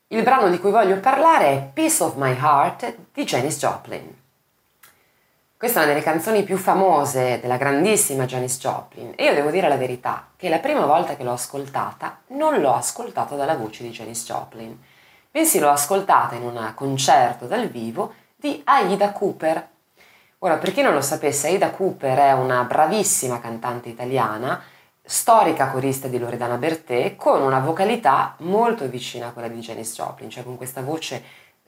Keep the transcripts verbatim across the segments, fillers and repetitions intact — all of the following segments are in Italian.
Il brano di cui voglio parlare è Piece of My Heart di Janis Joplin. Questa è una delle canzoni più famose della grandissima Janis Joplin e io devo dire la verità, che la prima volta che l'ho ascoltata non l'ho ascoltata dalla voce di Janis Joplin, bensì l'ho ascoltata in un concerto dal vivo di Aida Cooper. Ora, per chi non lo sapesse, Aida Cooper è una bravissima cantante italiana, storica corista di Loredana Bertè, con una vocalità molto vicina a quella di Janis Joplin, cioè con questa voce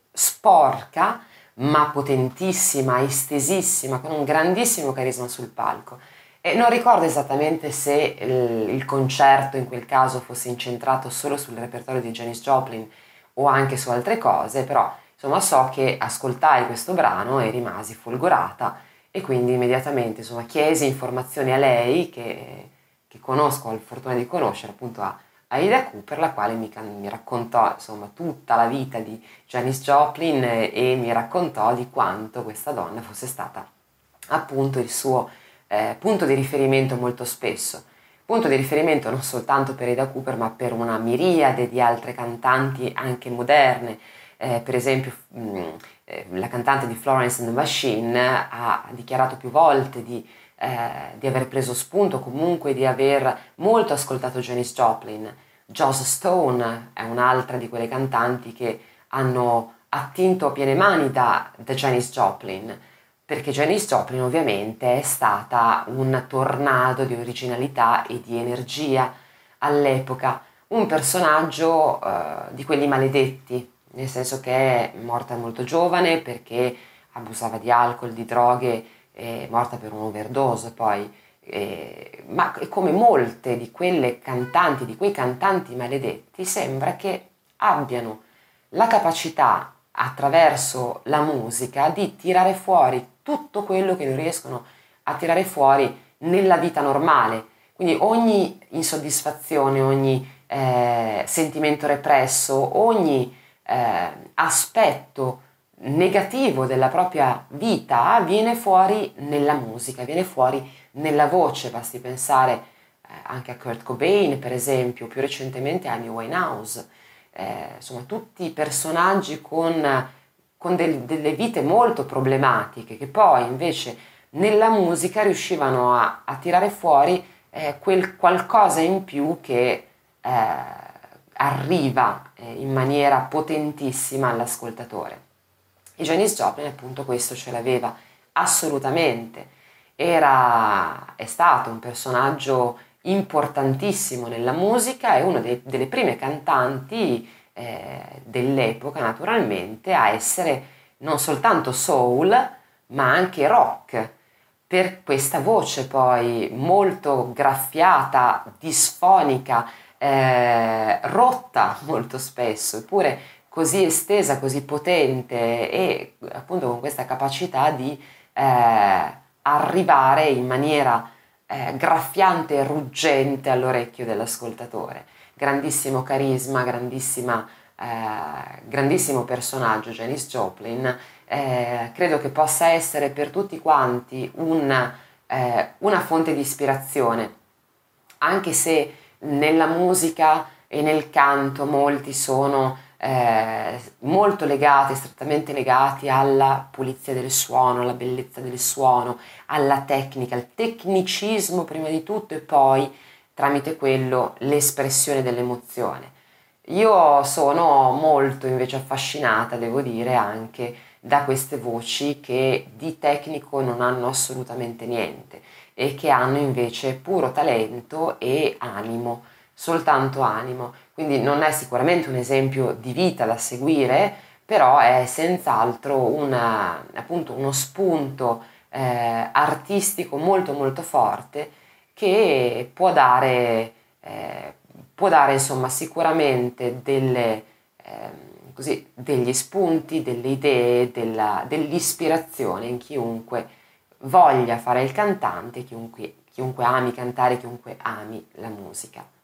sporca ma potentissima, estesissima, con un grandissimo carisma sul palco. E non ricordo esattamente se il, il concerto in quel caso fosse incentrato solo sul repertorio di Janis Joplin o anche su altre cose, però insomma so che ascoltai questo brano e rimasi folgorata e quindi immediatamente insomma chiesi informazioni a lei che che conosco, ho la fortuna di conoscere, appunto a Aida Cooper, la quale mi, mi raccontò insomma tutta la vita di Janis Joplin e, e mi raccontò di quanto questa donna fosse stata appunto il suo eh, punto di riferimento molto spesso. Punto di riferimento non soltanto per Aida Cooper, ma per una miriade di altre cantanti anche moderne. Eh, per esempio mh, eh, la cantante di Florence and the Machine ha dichiarato più volte di Eh, di aver preso spunto, comunque di aver molto ascoltato Janis Joplin. Joss Stone è un'altra di quelle cantanti che hanno attinto a piene mani da, da Janis Joplin, perché Janis Joplin ovviamente è stata un tornado di originalità e di energia all'epoca, un personaggio eh, di quelli maledetti, nel senso che è morta molto giovane perché abusava di alcol, di droghe, è morta per un'overdose poi, eh, ma come molte di quelle cantanti, di quei cantanti maledetti, sembra che abbiano la capacità attraverso la musica di tirare fuori tutto quello che non riescono a tirare fuori nella vita normale. Quindi ogni insoddisfazione, ogni eh, sentimento represso, ogni eh, aspetto negativo della propria vita viene fuori nella musica, viene fuori nella voce. Basti pensare eh, anche a Kurt Cobain, per esempio, più recentemente a Amy Winehouse, eh, insomma tutti personaggi con, con del, delle vite molto problematiche che poi invece nella musica riuscivano a, a tirare fuori eh, quel qualcosa in più che eh, arriva eh, in maniera potentissima all'ascoltatore. E Janis Joplin appunto questo ce l'aveva assolutamente, era, è stato un personaggio importantissimo nella musica e una dei, delle prime cantanti eh, dell'epoca naturalmente a essere non soltanto soul ma anche rock, per questa voce poi molto graffiata, disfonica, eh, rotta molto spesso, eppure così estesa, così potente e appunto con questa capacità di eh, arrivare in maniera eh, graffiante e ruggente all'orecchio dell'ascoltatore. Grandissimo carisma, grandissima, eh, grandissimo personaggio Janis Joplin, eh, credo che possa essere per tutti quanti un, eh, una fonte di ispirazione, anche se nella musica e nel canto molti sono eh, molto legati, strettamente legati alla pulizia del suono, alla bellezza del suono, alla tecnica, al tecnicismo prima di tutto e poi tramite quello l'espressione dell'emozione. Io sono molto invece affascinata, devo dire, anche da queste voci che di tecnico non hanno assolutamente niente e che hanno invece puro talento e animo, soltanto animo. Quindi non è sicuramente un esempio di vita da seguire, però è senz'altro una, appunto uno spunto eh, artistico molto molto forte che può dare, eh, può dare insomma sicuramente delle, ehm, così, degli spunti, delle idee, della, dell'ispirazione in chiunque voglia fare il cantante, chiunque, chiunque ami cantare, chiunque ami la musica.